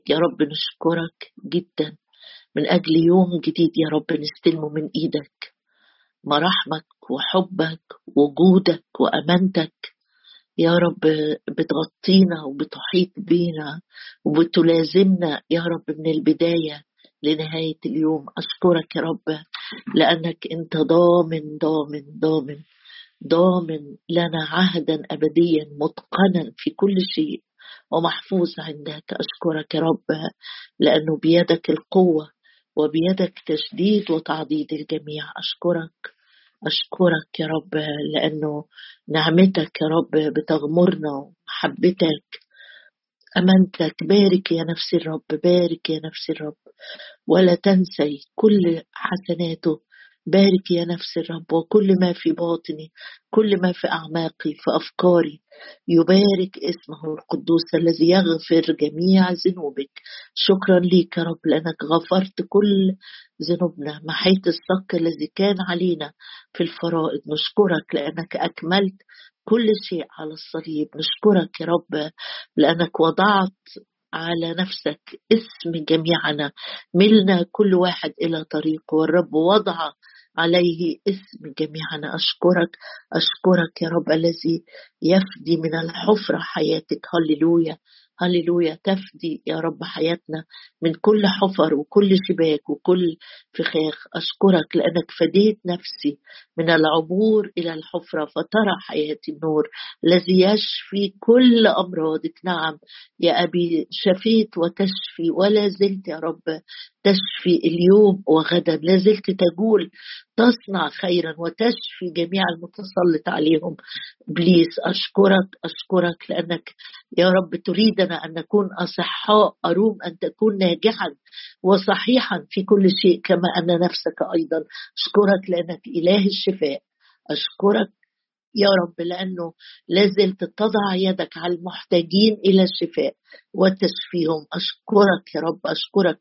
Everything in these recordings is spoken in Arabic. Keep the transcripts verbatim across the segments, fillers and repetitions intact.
يا رب نشكرك جدا من أجل يوم جديد يا رب نستلمه من إيدك. مراحمك وحبك وجودك وأمانتك يا رب بتغطينا وبتحيط بينا وبتلازمنا يا رب من البداية لنهاية اليوم. أشكرك يا رب لأنك أنت ضامن ضامن ضامن ضامن لنا عهدا أبديا متقنا في كل شيء ومحفوظ عندك. أشكرك يا رب لأنه بيدك القوة وبيدك تشديد وتعضيد الجميع. أشكرك أشكرك يا رب لأنه نعمتك يا رب بتغمرنا ومحبتك أمانتك. بارك يا نفس الرب، بارك يا نفس الرب ولا تنسي كل حسناته. بارك يا نفس الرب وكل ما في باطني، كل ما في أعماقي، في أفكاري يبارك اسمه القدوس الذي يغفر جميع ذنوبك. شكرا ليك يا رب لأنك غفرت كل ذنوبنا، محيت الصك الذي كان علينا في الفرائض. نشكرك لأنك أكملت كل شيء على الصليب. نشكرك يا رب لأنك وضعت على نفسك اسم جميعنا، ملنا كل واحد إلى طريق والرب وضع عليه اسم جميعنا. أشكرك أشكرك يا رب الذي يفدي من الحفرة حياتك. هللويا هللويا. تفدي يا رب حياتنا من كل حفر وكل شباك وكل فخاخ. أشكرك لأنك فديت نفسي من العبور إلى الحفرة فترى حياتي النور الذي يشفي كل أمراضك. نعم يا أبي شفيت وتشفي ولا زلت يا رب تشفي اليوم وغدا. لا زلت تقول تصنع خيرا وتشفي جميع المتسلط عليهم إبليس. أشكرك أشكرك لأنك يا رب تريدنا أن نكون أصحاء، أروم أن تكون ناجحا وصحيحا في كل شيء كما أن نفسك أيضا. أشكرك لأنك إله الشفاء. أشكرك يا رب لأنه لازلت تضع يدك على المحتاجين إلى الشفاء وتشفيهم. أشكرك يا رب أشكرك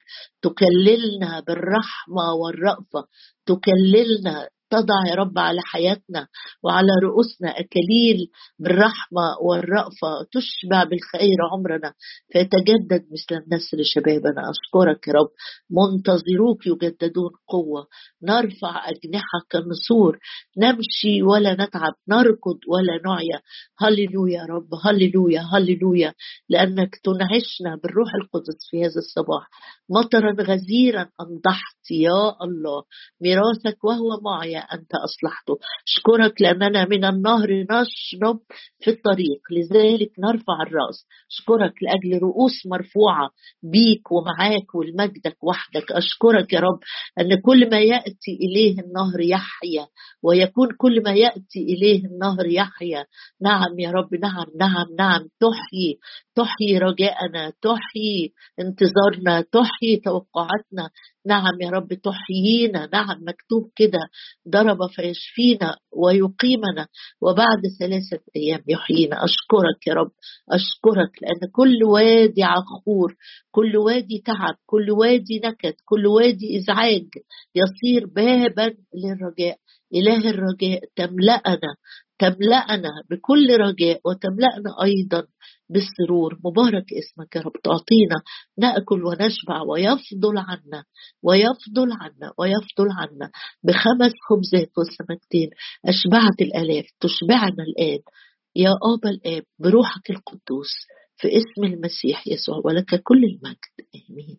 تكللنا بالرحمة والرأفة، تكللنا تضع يا رب على حياتنا وعلى رؤوسنا أكاليل بالرحمة والرأفة، تشبع بالخير عمرنا فيتجدد مثل النسر شبابنا. أشكرك يا رب منتظروك يجددون قوة، نرفع أجنحة كالنسور، نمشي ولا نتعب، نركض ولا نعيا. هللويا يا رب هللويا هللويا لأنك تنعشنا بالروح القدس في هذا الصباح. مطرا غزيرا أنضحت يا الله، ميراثك وهو معي أنت أصلحته. أشكرك لأننا من النهر نشرب في الطريق لذلك نرفع الرأس. أشكرك لأجل رؤوس مرفوعة بيك ومعاك ولمجدك وحدك. أشكرك يا رب أن كل ما يأتي إليه النهر يحيا ويكون كل ما يأتي إليه النهر يحيا. نعم يا رب نعم نعم نعم. تحيي تحيي رجاءنا، تحيي انتظارنا، تحيي توقعاتنا. نعم يا رب تحيينا. نعم مكتوب كده ضرب فيشفينا ويقيمنا وبعد ثلاثة أيام يحيينا. أشكرك يا رب أشكرك لأن كل وادي عخور، كل وادي تعب، كل وادي نكد، كل وادي إزعاج يصير بابا للرجاء. إله الرجاء تملأنا تملأنا بكل رجاء وتملأنا أيضا بالسرور. مبارك اسمك يا رب. تعطينا نأكل ونشبع ويفضل عنا ويفضل عنا ويفضل عنا. بخمس خبزات وسمكتين أشبعت الآلاف، تشبعنا الآن يا أبا الآب بروحك القدوس في اسم المسيح يسوع ولك كل المجد. آمين.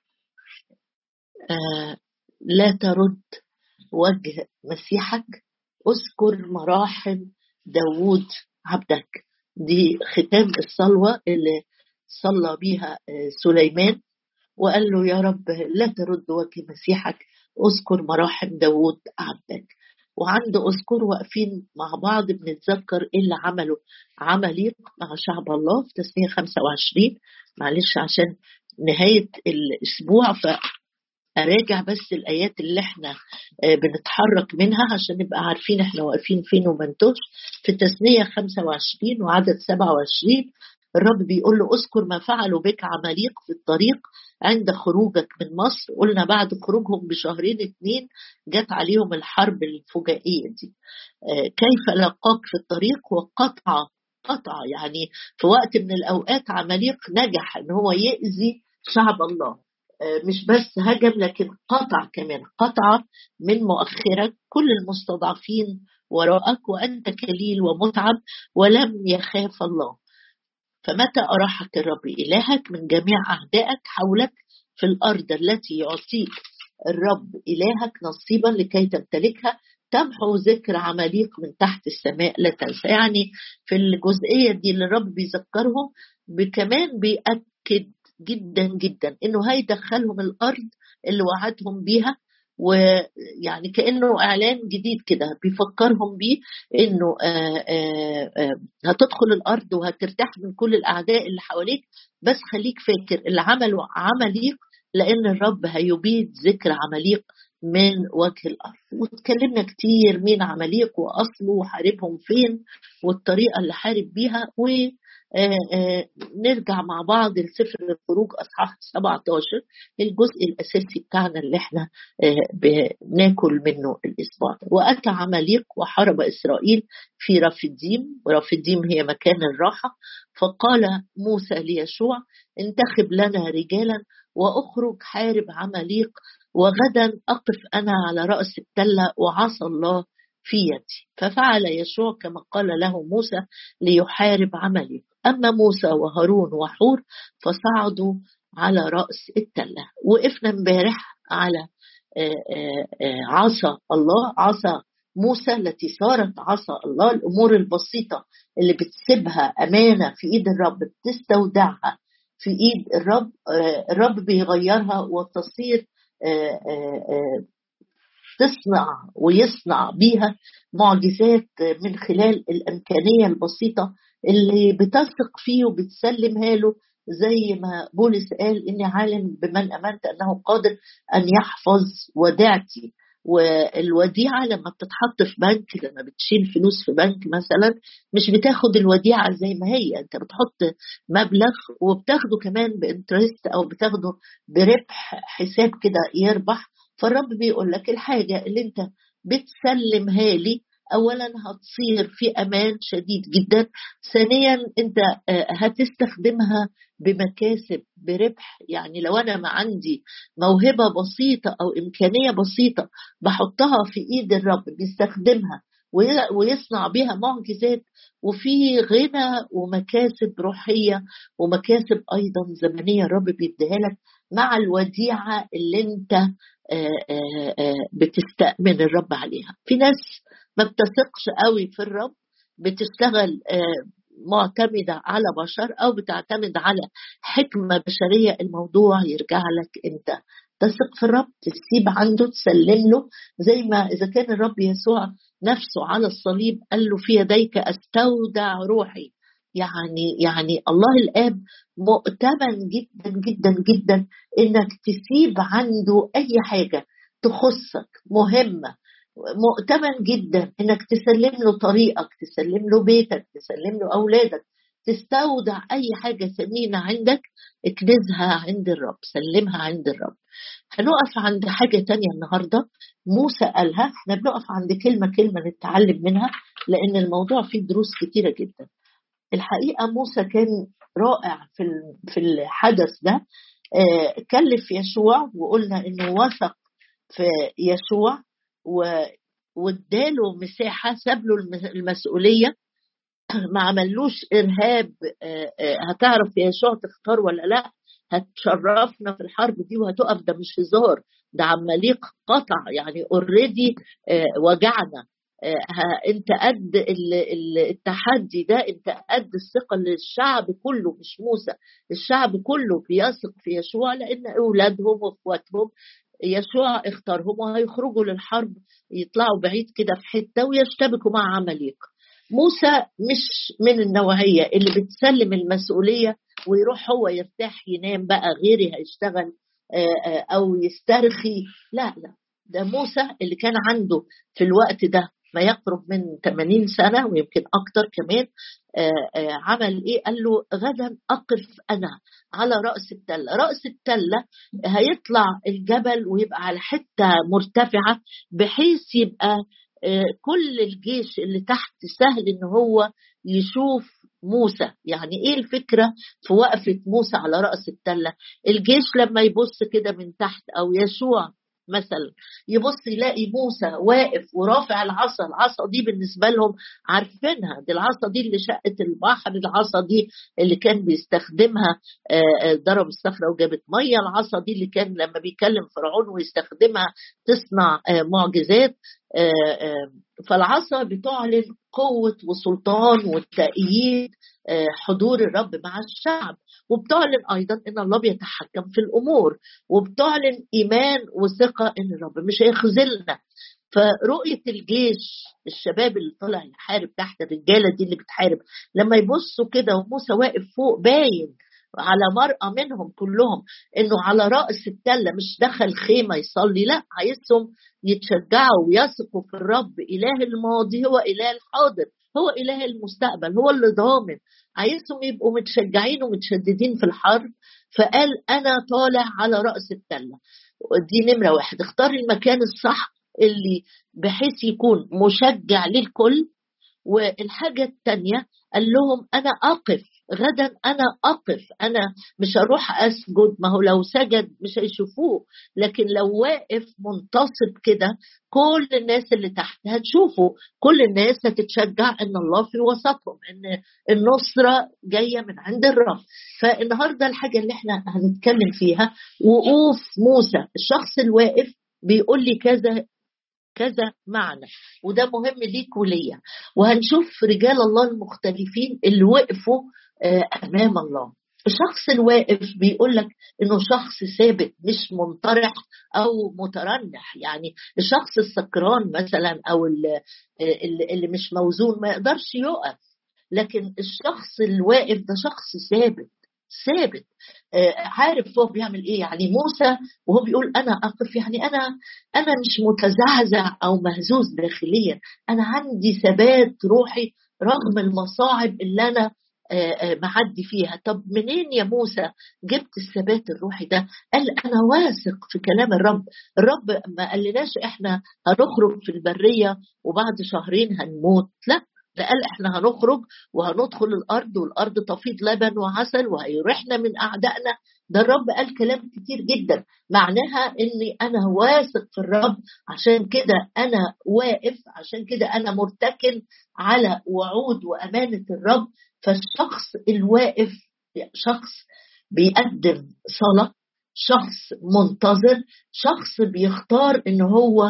آه لا ترد وجه مسيحك، اذكر مراحم داود عبدك. دي ختام الصلوة اللي صلى بيها سليمان وقال له يا رب لا ترد وجه مسيحك، اذكر مراحم داود عبدك. وعند اذكر واقفين مع بعض بنتذكر ايه اللي عمله عمليق مع شعب الله في تثنية خمسة وعشرين. معلش عشان نهاية الاسبوع ف أراجع بس الآيات اللي احنا بنتحرك منها عشان نبقى عارفين احنا واقفين فين ومنتوش. في تثنية خمسة وعشرين وعدد سبعة وعشرين الرب بيقول له اذكر ما فعلوا بك عماليق في الطريق عند خروجك من مصر. قلنا بعد خروجهم بشهرين اتنين جت عليهم الحرب الفجائية دي. كيف لقاك في الطريق وقطع قطع يعني في وقت من الأوقات عماليق نجح ان هو يأذي شعب الله مش بس هجم لكن قطع كمان، قطع من مؤخرك كل المستضعفين وراءك، وأنت كليل ومتعب ولم يخاف الله. فمتى أراحك الرب إلهك من جميع أعدائك حولك في الأرض التي يعطيك الرب إلهك نصيبا لكي تمتلكها، تمحو ذكر عماليق من تحت السماء لا تنسى. يعني في الجزئية دي اللي الرب بيذكرهم بكمان بيأكد جدا جدا إنه هيدخلهم الأرض اللي وعدهم بيها، ويعني كأنه إعلان جديد كده بيفكرهم بيه إنه آآ آآ هتدخل الأرض وهترتاح من كل الأعداء اللي حواليك، بس خليك فاكر اللي عملوا عمليق، لأن الرب هيبيد ذكر عمليق من وجه الأرض. وتكلمنا كتير مين عمليق وأصله وحاربهم فين والطريقة اللي حارب بيها. و آآ آآ نرجع مع بعض لسفر الخروج أصحاح سبعة عشر، الجزء الأساسي بتاعنا اللي احنا بناكل منه الأسبوع ده. وأتى عماليق وحارب إسرائيل في رافديم، ورافديم هي مكان الراحة. فقال موسى ليشوع انتخب لنا رجالا وأخرج حارب عماليق، وغدا أقف أنا على رأس التلة وعصى الله في يدي. ففعل يشوع كما قال له موسى ليحارب عماليق. أما موسى وهارون وحور فصعدوا على رأس التلة. وقفنا امبارح على عصا الله، عصا موسى التي صارت عصا الله. الأمور البسيطة اللي بتسيبها أمانة في إيد الرب بتستودعها في إيد الرب، الرب بيغيرها وتصير تصنع ويصنع بيها معجزات من خلال الإمكانية البسيطة اللي بتثق فيه وبتسلمها له. زي ما بولس قال إني عالم بمن أمنت أنه قادر أن يحفظ وديعتي. والوديعة لما بتتحط في بنك، لما بتشيل فلوس في بنك مثلا، مش بتاخد الوديعة زي ما هي، انت بتحط مبلغ وبتاخده كمان بانترست او بتاخده بربح، حساب كده يربح. فالرب بيقول لك الحاجة اللي انت بتسلمها لي اولا هتصير في امان شديد جدا، ثانيا انت هتستخدمها بمكاسب بربح. يعني لو انا ما عندي موهبة بسيطة او امكانية بسيطة بحطها في ايد الرب بيستخدمها ويصنع بها معجزات، وفي غنى ومكاسب روحية ومكاسب ايضا زمنية الرب بيديها لك مع الوديعة اللي انت بتستأمن الرب عليها. في ناس ما بتثقش قوي في الرب، بتشتغل معتمدة على بشر أو بتعتمد على حكمة بشرية. الموضوع يرجع لك أنت تثق في الرب، تسيب عنده، تسلم له. زي ما إذا كان الرب يسوع نفسه على الصليب قال له في يديك أستودع روحي. يعني يعني الله الآب مؤتمن جدا جدا جدا إنك تسيب عنده أي حاجة تخصك مهمة. مؤتمن جدا إنك تسلم له طريقك، تسلم له بيتك، تسلم له أولادك، تستودع أي حاجة ثمينة عندك اكنزها عند الرب، سلمها عند الرب. هنقف عند حاجة تانية النهاردة موسى قالها. احنا بنقف عند كلمة كلمة نتعلم منها لأن الموضوع فيه دروس كتيرة جدا. الحقيقة موسى كان رائع في في الحدث ده. اه كلف يشوع، وقلنا إنه وثق في يشوع واداله مساحة، ساب له المسؤولية، ما عملوش إرهاب. هتعرف يا يشوع تختار ولا لا، هتشرفنا في الحرب دي وهتقف، ده مش هزار، ده عماليق قطع يعني اوريدي وجعنا. انت قد التحدي ده، انت قد الثقة للشعب كله، مش موسى، الشعب كله بيثق في يشوع لان اولادهم واخواتهم يشوع اختارهم وهيخرجوا للحرب، يطلعوا بعيد كده في حتة ويشتبكوا مع عماليق. موسى مش من النوعية اللي بتسلم المسؤولية ويروح هو يرتاح ينام بقى غيري هيشتغل أو يسترخي. لا لا، ده موسى اللي كان عنده في الوقت ده ما يقرب من ثمانين سنة ويمكن أكتر كمان. عمل إيه؟ قال له غدا أقف أنا على رأس التلة. رأس التلة هيطلع الجبل ويبقى على حتة مرتفعة بحيث يبقى كل الجيش اللي تحت سهل إن هو يشوف موسى. يعني ايه الفكرة في وقفة موسى على رأس التلة؟ الجيش لما يبص كده من تحت، او يشوع مثلا يبص يلاقي موسى واقف ورافع العصا. العصا دي بالنسبة لهم عارفينها، دي العصا دي اللي شقت البحر، العصا دي اللي كان بيستخدمها ضرب الصخرة وجابت مية، العصا دي اللي كان لما بيكلم فرعون ويستخدمها تصنع معجزات. فالعصا بتعلن قوة وسلطان والتأييد حضور الرب مع الشعب، وبتعلن أيضا إن الله بيتحكم في الأمور، وبتعلن إيمان وثقة إن الرب مش هيخذلنا. فرؤية الجيش، الشباب اللي طلع يحارب تحت، الرجالة دي اللي بتحارب، لما يبصوا كده وموسى واقف فوق باين على مرأة منهم كلهم إنه على رأس التلة، مش دخل خيمة يصلي، لا، عايزهم يتشجعوا ويثقوا في الرب. إله الماضي هو إله الحاضر، هو إله المستقبل، هو اللي ضامن. عايزهم يبقوا متشجعين ومتشددين في الحرب. فقال أنا طالع على رأس التلة. دي نمرة واحد، اختار المكان الصح اللي بحيث يكون مشجع للكل. والحاجة التانية قال لهم أنا أقف غدا، أنا أقف، أنا مش هروح أسجد، ما هو لو سجد مش هيشوفوه، لكن لو واقف منتصب كده كل الناس اللي تحت هتشوفه، كل الناس هتتشجع إن الله في وسطهم، إن النصرة جاية من عند الرب. فالنهاردة الحاجة اللي احنا هنتكلم فيها وقوف موسى، الشخص الواقف بيقول لي كذا كذا معنى، وده مهم ليك وليا. وهنشوف رجال الله المختلفين اللي وقفوا أمام الله. الشخص الواقف بيقول لك إنه شخص ثابت، مش منطرح أو مترنح. يعني الشخص السكران مثلا أو اللي مش موزون ما يقدرش يقف، لكن الشخص الواقف ده شخص ثابت ثابت عارف هو بيعمل ايه. يعني موسى وهو بيقول انا اقف، يعني انا انا مش متزعزع او مهزوز داخليا، انا عندي ثبات روحي رغم المصاعب اللي انا معدي فيها. طب منين يا موسى جبت الثبات الروحي ده؟ قال انا واثق في كلام الرب. الرب ما قالناش احنا هنخرج في البرية وبعد شهرين هنموت، لا، ده قال احنا هنخرج وهندخل الارض والارض تفيض لبن وعسل وهيرحنا من اعدائنا. ده الرب قال كلام كتير جدا، معناها اني انا واثق في الرب، عشان كده انا واقف، عشان كده انا مرتكن على وعود وامانة الرب. فالشخص الواقف شخص بيقدم صلاة، شخص منتظر، شخص بيختار ان هو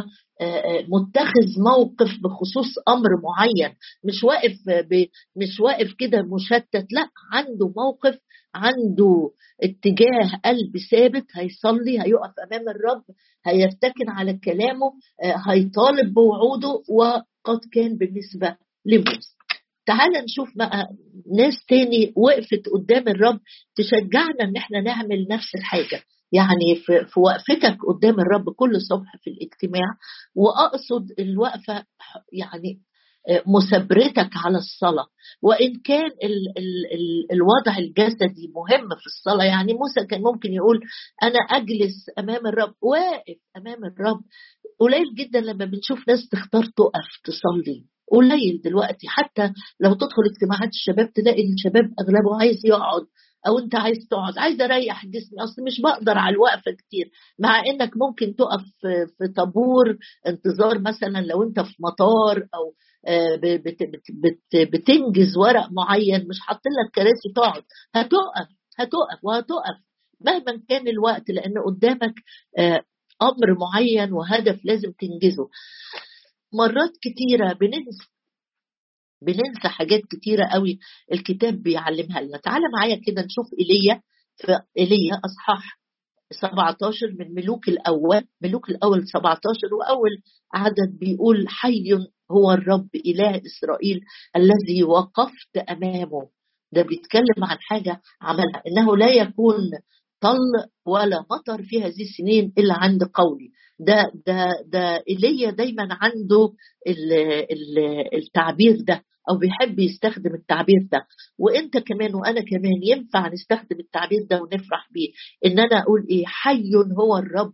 متخذ موقف بخصوص امر معين، مش واقف مش واقف كده مشتت، لا، عنده موقف، عنده اتجاه قلب ثابت، هيصلي، هيقف امام الرب، هيرتكن على كلامه، هيطالب بوعوده. وقد كان بالنسبه لموسى. تعال نشوف بقى ناس تاني وقفت قدام الرب تشجعنا ان احنا نعمل نفس الحاجه. يعني في, في وقفتك قدام الرب كل صبح في الاجتماع، وأقصد الوقفة يعني مثابرتك على الصلاة، وإن كان ال ال ال الوضع الجسدي مهم في الصلاة. يعني موسى كان ممكن يقول أنا أجلس أمام الرب، واقف أمام الرب. قليل جدا لما بنشوف ناس تختار تقف تصلي، قليل دلوقتي. حتى لو تدخل اجتماعات الشباب تلاقي الشباب أغلبه عايز يقعد، او انت عايز تقعد، عايز اريح جسمي، اصل مش بقدر على الوقفه كتير. مع انك ممكن تقف في طابور انتظار مثلا لو انت في مطار، او بت بت بت بتنجز ورق معين، مش حاطين لك كراسي تقعد، هتقف هتقف وهتقف مهما كان الوقت، لان قدامك امر معين وهدف لازم تنجزه. مرات كتيره بننسى بننسى حاجات كتيرة قوي الكتاب بيعلمها لنا. تعال معايا كده نشوف إيليا، في إيليا أصحاح سبعة عشر من ملوك الأول، ملوك الأول سبعة عشر وأول عدد بيقول حي هو الرب إله إسرائيل الذي وقفت أمامه. ده بيتكلم عن حاجة عملها، إنه لا يكون طل ولا مطر في هذه السنين إلا عند قولي. ده ده ده إيليا دايما عنده ال ال التعبير ده، أو بيحب يستخدم التعبير ده. وإنت كمان وأنا كمان ينفع نستخدم التعبير ده ونفرح بيه. إن أنا أقول إيه؟ حي هو الرب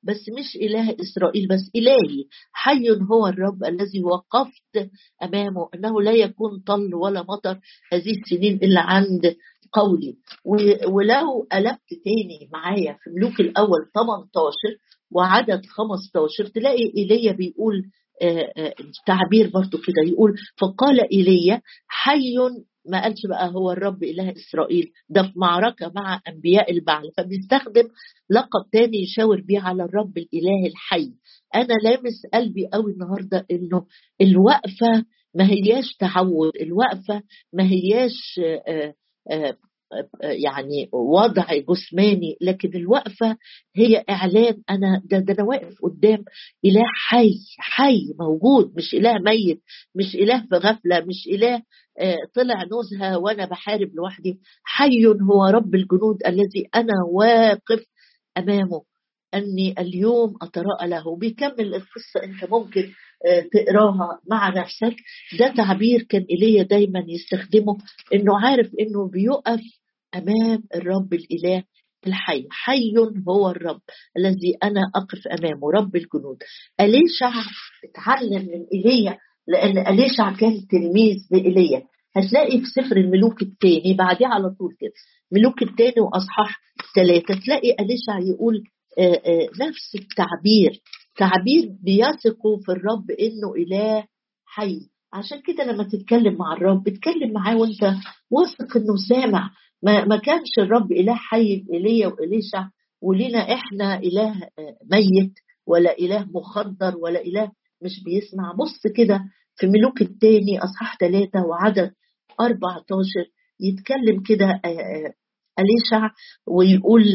بس مش إله إسرائيل بس، إلهي حي هو الرب الذي وقفت أمامه أنه لا يكون طل ولا مطر هذه السنين إلا عند قولي. ولو قلبت تاني معايا في ملوك الأول ثمانية عشر وعدد خمسة عشر تلاقي إيليا بيقول آآ آآ تعبير برضو كده، يقول فقال إيليا حي، ما قالش بقى هو الرب إله إسرائيل، ده في معركة مع أنبياء البعل، فبيستخدم لقب تاني يشاور بيه على الرب الإله الحي. أنا لامس قلبي قوي النهاردة إنه الوقفة ما هياش تعود، الوقفة ما هياش آآ آآ يعني وضع جسماني، لكن الوقفة هي إعلان أنا ده, ده أنا واقف قدام إله حي، حي موجود، مش إله ميت، مش إله في غفلة، مش إله طلع نزهة وأنا بحارب لوحدي. حي هو رب الجنود الذي أنا واقف أمامه أني اليوم أتراءى له. بيكمل القصة، أنت ممكن تقراها مع نفسك. ده تعبير كان إيليا دايما يستخدمه، إنه عارف إنه بيقف أمام الرب الإله الحي. حي هو الرب الذي أنا أقف أمامه، رب الجنود. أليشع اتعلم من إيليا، لأن أليشع كان تلميذ لإيليا. هتلاقي في سفر الملوك الثاني بعديه على طول كده، ملوك الثاني وأصحاح ثلاثة، تلاقي أليشع يقول آآ آآ نفس التعبير، تعبير بيثقوا في الرب إنه إله حي. عشان كده لما تتكلم مع الرب اتكلم معاه وانت واثق إنه سامع. ما, ما كانش الرب إله حي إيليا وإليشع ولينا إحنا إله ميت ولا إله مخدر ولا إله مش بيسمع. بص كده في ملوك الثاني أصحاح ثلاثة وعدد أربعة عشر يتكلم كده أليشع ويقول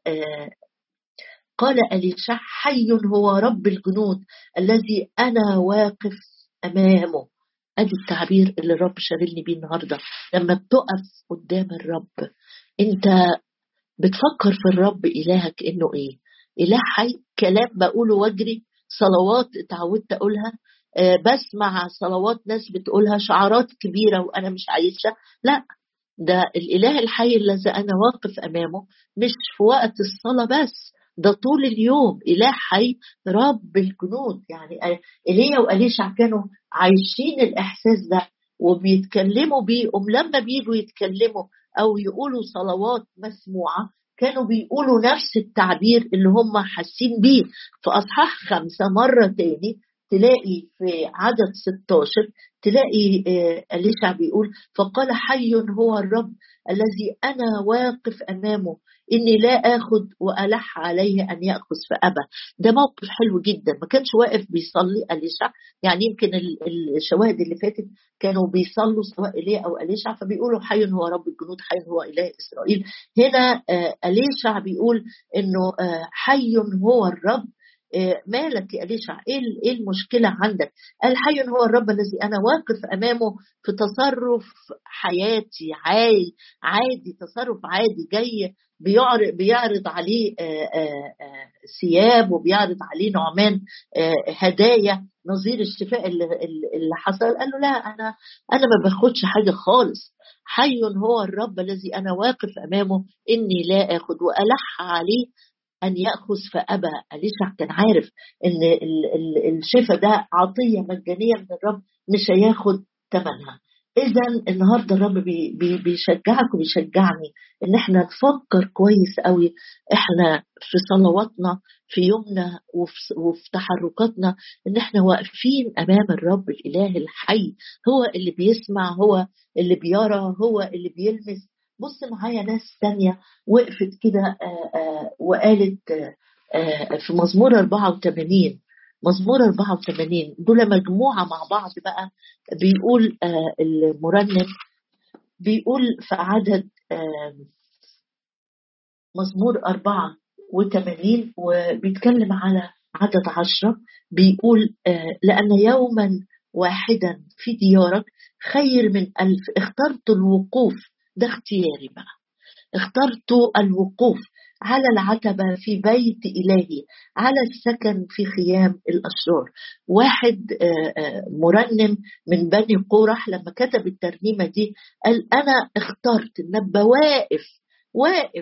قال أليشع حي هو رب الجنود الذي أنا واقف أمامه. أدي التعبير اللي الرب شغلني بيه النهاردة. لما بتقف قدام الرب أنت بتفكر في الرب إلهك إنه إيه؟ إله حي. كلام بقوله واجري، صلوات اتعودت أقولها، أه بسمع صلوات ناس بتقولها، شعارات كبيرة وأنا مش عايشة. لا، ده الإله الحي الذي أنا واقف أمامه مش في وقت الصلاة بس، ده طول اليوم. إله حي رب الجنود. يعني إيليا وأليشع كانوا عايشين الإحساس ده وبيتكلموا بيه. أم لما بيجوا يتكلموا أو يقولوا صلوات مسموعة كانوا بيقولوا نفس التعبير اللي هم حاسين بيه. في أصحاح خمسة مرة تاني تلاقي في عدد ستة عشر تلاقي أليشع بيقول فقال حي هو الرب الذي أنا واقف أمامه إني لا أخذ وألح عليه أن يأخذ فأبى. ده موقف حلو جدا. ما كانش واقف بيصلي أليشع، يعني يمكن الشواهد اللي فاتت كانوا بيصلوا سواء إليه أو أليشع فبيقولوا حي هو رب الجنود، حي هو إله إسرائيل. هنا أليشع بيقول إنه حي هو الرب. مالك يا أليشع؟ ايه المشكلة عندك؟ قال حي هو الرب الذي انا واقف امامه في تصرف حياتي عادي عادي تصرف عادي جاي بيعرض, بيعرض عليه ثياب وبيعرض عليه نعمان هدايا نظير الشفاء اللي, اللي حصل. قال له لا، انا انا ما باخدش حاجة خالص. حي هو الرب الذي انا واقف امامه اني لا اخذ وألح عليه أن يأخذ فأبى. أليشع كان عارف إن الشفاء ده عطية مجانية من الرب، مش هياخد ثمنها. إذن النهاردة الرب بي بي بيشجعك وبيشجعني إن إحنا نفكر كويس قوي إحنا في صلواتنا في يومنا وفي, وفي تحركاتنا إن إحنا واقفين أمام الرب الإله الحي. هو اللي بيسمع، هو اللي بيرى، هو اللي بيلمس. بص معايا ناس تانية وقفت كده وقالت آآ في مزمور أربعة وثمانين، مزمور أربعة وثمانين دول مجموعة مع بعض بقى. بيقول المرنم بيقول في عدد مزمور أربعة وثمانين وبيتكلم على عدد عشرة، بيقول لأن يوما واحدا في ديارك خير من ألف. اخترت الوقوف، ده اختياري بقى، اخترت الوقوف على العتبة في بيت إلهي، على السكن في خيام الأشرار. واحد مرنم من بني قورح لما كتب الترنيمة دي قال أنا اخترت إن أبقى واقف واقف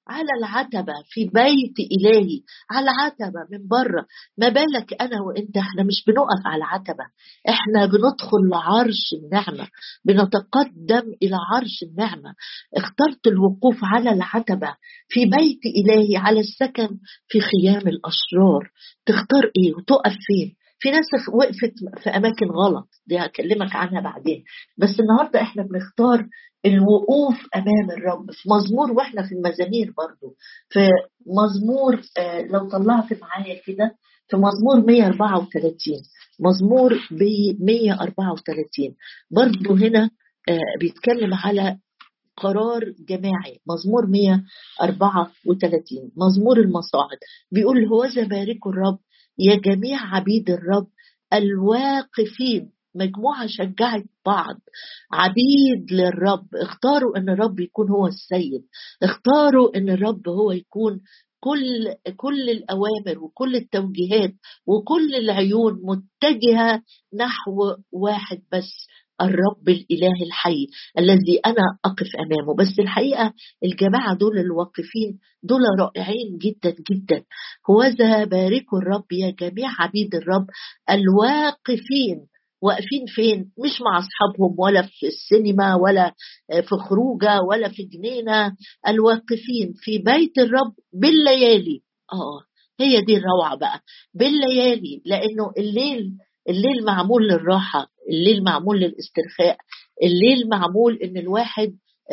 على العتبة في بيت إلهي، على العتبة من بره. ما بالك أنا وإنت، احنا مش بنقف على العتبة، احنا بندخل لعرش النعمة، بنتقدم إلى عرش النعمة. اخترت الوقوف على العتبة في بيت إلهي، على السكن في خيام الأشرار. تختار إيه وتقف فين؟ في ناس وقفت في أماكن غلط، دي هكلمك عنها بعدين، بس النهاردة احنا بنختار الوقوف أمام الرب في مزمور. وإحنا في المزامير برضو في مزمور، آه لو طلعت معايا كده في مزمور مية وأربعة وثلاثين، مزمور ب مية وأربعة وثلاثين برضو هنا آه بيتكلم على قرار جماعي. مزمور مية وأربعة وثلاثين مزمور المصاعد، بيقول هوذا باركوا الرب يا جميع عبيد الرب الواقفين. مجموعة شجعت بعض، عبيد للرب، اختاروا ان الرب يكون هو السيد، اختاروا ان الرب هو يكون كل كل الأوامر وكل التوجيهات وكل العيون متجهة نحو واحد بس، الرب الإله الحي الذي أنا أقف أمامه. بس الحقيقة الجماعة دول الواقفين دول رائعين جدا جدا. هوذا باركوا الرب يا جميع عبيد الرب الواقفين. واقفين فين؟ مش مع أصحابهم ولا في السينما ولا في خروجة ولا في جنينة، الواقفين في بيت الرب بالليالي. آه هي دي الروعة بقى، بالليالي، لأنه الليل الليل معمول للراحة، الليل معمول للاسترخاء، الليل معمول ان الواحد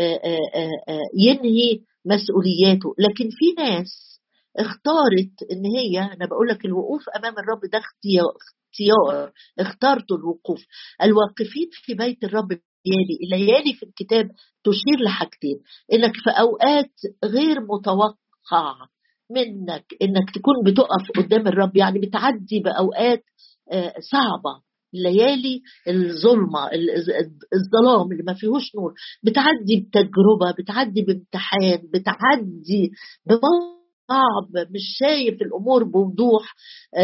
ينهي مسؤولياته. لكن في ناس اختارت ان هي، انا بقول لك الوقوف امام الرب ده اختيار، اختيار اختارتوا الوقوف. الواقفين في بيت الرب الليالي. الليالي في الكتاب تشير لحاجتين، انك في اوقات غير متوقع منك انك تكون بتقف قدام الرب، يعني بتعدي باوقات صعبة، الليالي الظلمة الظلام اللي ما فيهوش نور، بتعدي بتجربة، بتعدي بامتحان، بتعدي بموقف صعب، مش شايف الأمور بوضوح،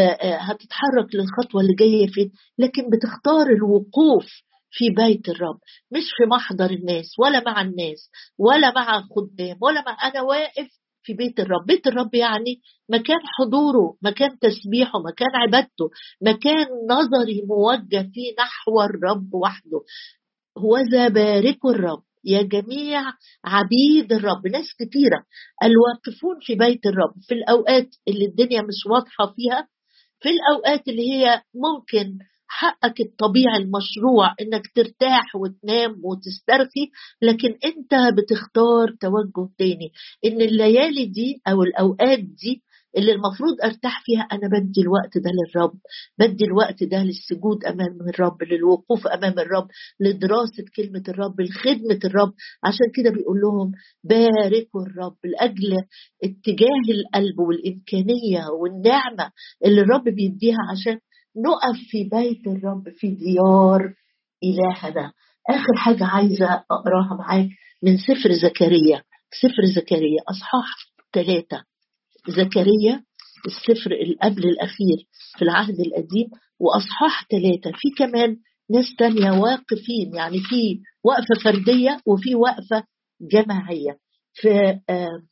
هتتحرك للخطوة اللي جاية فين، لكن بتختار الوقوف في بيت الرب، مش في محضر الناس ولا مع الناس ولا مع خدام ولا مع، أنا واقف في بيت الرب. بيت الرب يعني مكان حضوره، مكان تسبيحه، مكان عبادته، مكان نظري موجه فيه نحو الرب وحده. هوذا باركوا الرب يا جميع عبيد الرب. ناس كتيرة الواقفون في بيت الرب في الأوقات اللي الدنيا مش واضحة فيها، في الأوقات اللي هي ممكن حقك الطبيعي المشروع انك ترتاح وتنام وتسترخي، لكن انت بتختار توجه تاني، ان الليالي دي او الاوقات دي اللي المفروض ارتاح فيها انا بدي الوقت ده للرب، بدي الوقت ده للسجود امام الرب، للوقوف امام الرب، لدراسة كلمة الرب، لخدمة الرب. عشان كده بيقول لهم باركوا الرب لاجل اتجاه القلب والامكانية والنعمة اللي الرب بيديها عشان نقف في بيت الرب في ديار إلهنا. آخر حاجة عايزة أقراها معاك من سفر زكريا، سفر زكريا أصحاح ثلاثة. زكريا السفر القبل الأخير في العهد القديم، وأصحاح ثلاثة في كمان ناس تانية واقفين، يعني في وقفة فردية وفي وقفة جماعية. في آه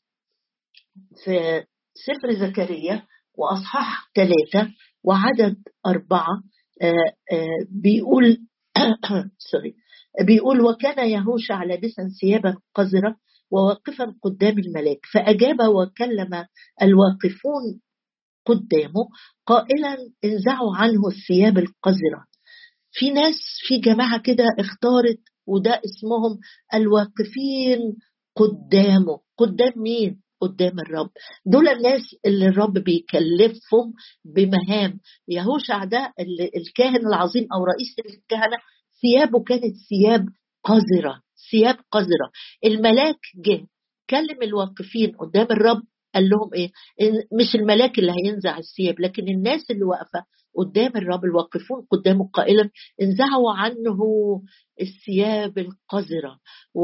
في سفر زكريا وأصحاح ثلاثة وعدد أربعة آآ آآ بيقول سوري بيقول وكان يهوشع لابسا ثيابا قذرة وواقفا قدام الملاك، فأجاب وكلم الواقفون قدامه قائلا انزعوا عنه الثياب القذرة. في ناس، في جماعة كده اختارت، وده اسمهم الواقفين قدامه. قدام مين؟ قدام الرب. دول الناس اللي الرب بيكلفهم بمهام. يهوشع ده الكاهن العظيم أو رئيس الكهنة ثيابه كانت ثياب قذرة، ثياب قذرة. الملاك جه كلم الواقفين قدام الرب، قال لهم ايه؟ مش الملاك اللي هينزع الثياب، لكن الناس اللي واقفة قدام الرب الواقفون قدامه قائلا انزعوا عنه الثياب القذرة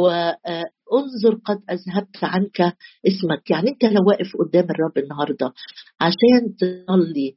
وانظر قد أذهبت عنك اسمك. يعني انت لو واقف قدام الرب النهاردة عشان تصلي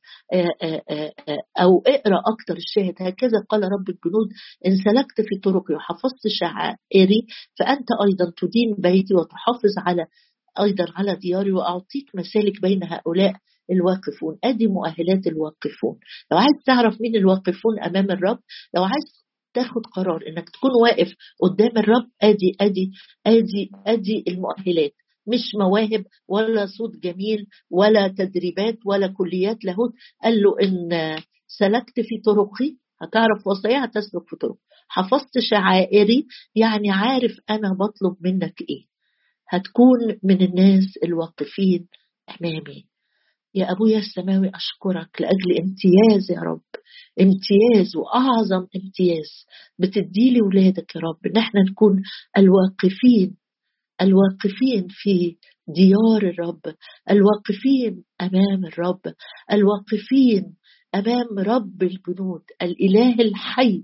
او اقرأ اكتر الشاهد، هكذا قال رب الجنود ان سلكت في طرقي وحفظت شعائري فانت ايضا تدين بيتي وتحافظ على أيضا على دياري وأعطيك مسالك بين هؤلاء الواقفون. أدي مؤهلات الواقفون. لو عايز تعرف مين الواقفون أمام الرب، لو عايز تاخد قرار إنك تكون واقف قدام الرب، أدي أدي أدي أدي المؤهلات. مش مواهب ولا صوت جميل ولا تدريبات ولا كليات لاهوت. قال له إن سلكت في طرقي هتعرف وصايا، هتسلك في طرق. حفظت شعائري، يعني عارف أنا بطلب منك إيه. هتكون من الناس الواقفين أمامي. يا أبويا السماوي أشكرك لأجل امتياز يا رب، امتياز وأعظم امتياز بتديلي ولادك يا رب، إن احنا نكون الواقفين، الواقفين في ديار الرب، الواقفين أمام الرب، الواقفين أمام رب الجنود، الإله الحي،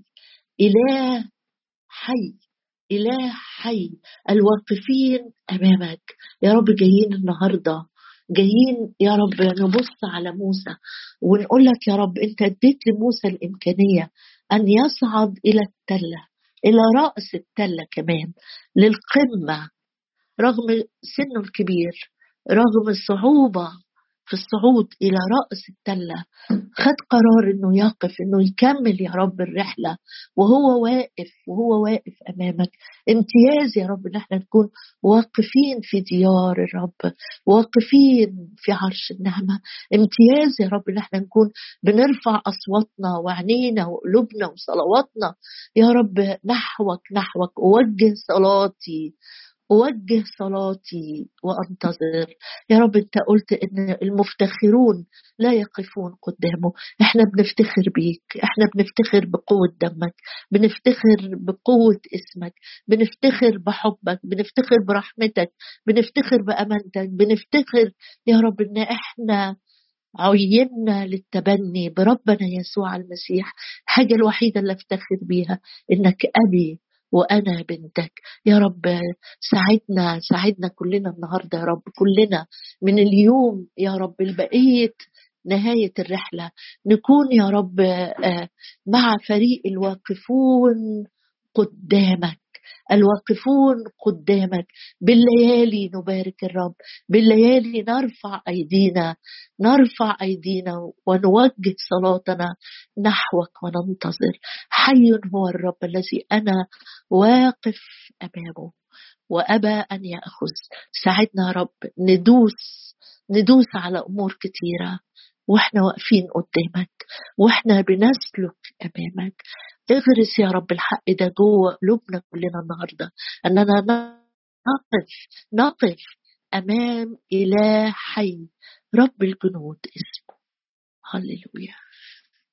إله حي، إله حي، الواقفين أمامك يا رب. جايين النهاردة، جايين يا رب نبص على موسى ونقول لك يا رب أنت اديت لموسى الإمكانية أن يصعد إلى التلة، إلى رأس التلة كمان، للقمة، رغم سنه الكبير، رغم الصعوبة في الصعود إلى رأس التلة، خد قرار إنه يقف، إنه يكمل يا رب الرحلة وهو واقف، وهو واقف أمامك. امتياز يا رب إن احنا نكون واقفين في ديار الرب، واقفين في عرش النعمة. امتياز يا رب إن احنا نكون بنرفع أصواتنا وعنينا وقلوبنا وصلواتنا يا رب نحوك، نحوك أوجه صلاتي، أوجه صلاتي وأنتظر يا رب. أنت قلت إن المفتخرون لا يقفون قدامه. إحنا بنفتخر بيك، إحنا بنفتخر بقوة دمك، بنفتخر بقوة اسمك، بنفتخر بحبك، بنفتخر برحمتك، بنفتخر بأمانتك، بنفتخر يا رب إن إحنا عيننا للتبني بربنا يسوع المسيح. الحاجة الوحيدة اللي افتخر بيها إنك أبي وأنا بنتك يا رب. ساعدنا، ساعدنا كلنا النهاردة يا رب، كلنا من اليوم يا رب البقية نهاية الرحلة نكون يا رب مع فريق الواقفون قدامك، الواقفون قدامك. بالليالي نبارك الرب، بالليالي نرفع أيدينا، نرفع أيدينا ونوجه صلاتنا نحوك وننتظر. حي هو الرب الذي أنا واقف أمامه وأبى أن يأخذ. ساعدنا يا رب ندوس، ندوس على أمور كتيرة واحنا واقفين قدامك، واحنا بنسلك أمامك. اغرس يا رب الحق ده جوه قلوبنا كلنا النهارده، أننا نقف، نقف أمام إله حي رب الجنود اسمه. هللويا.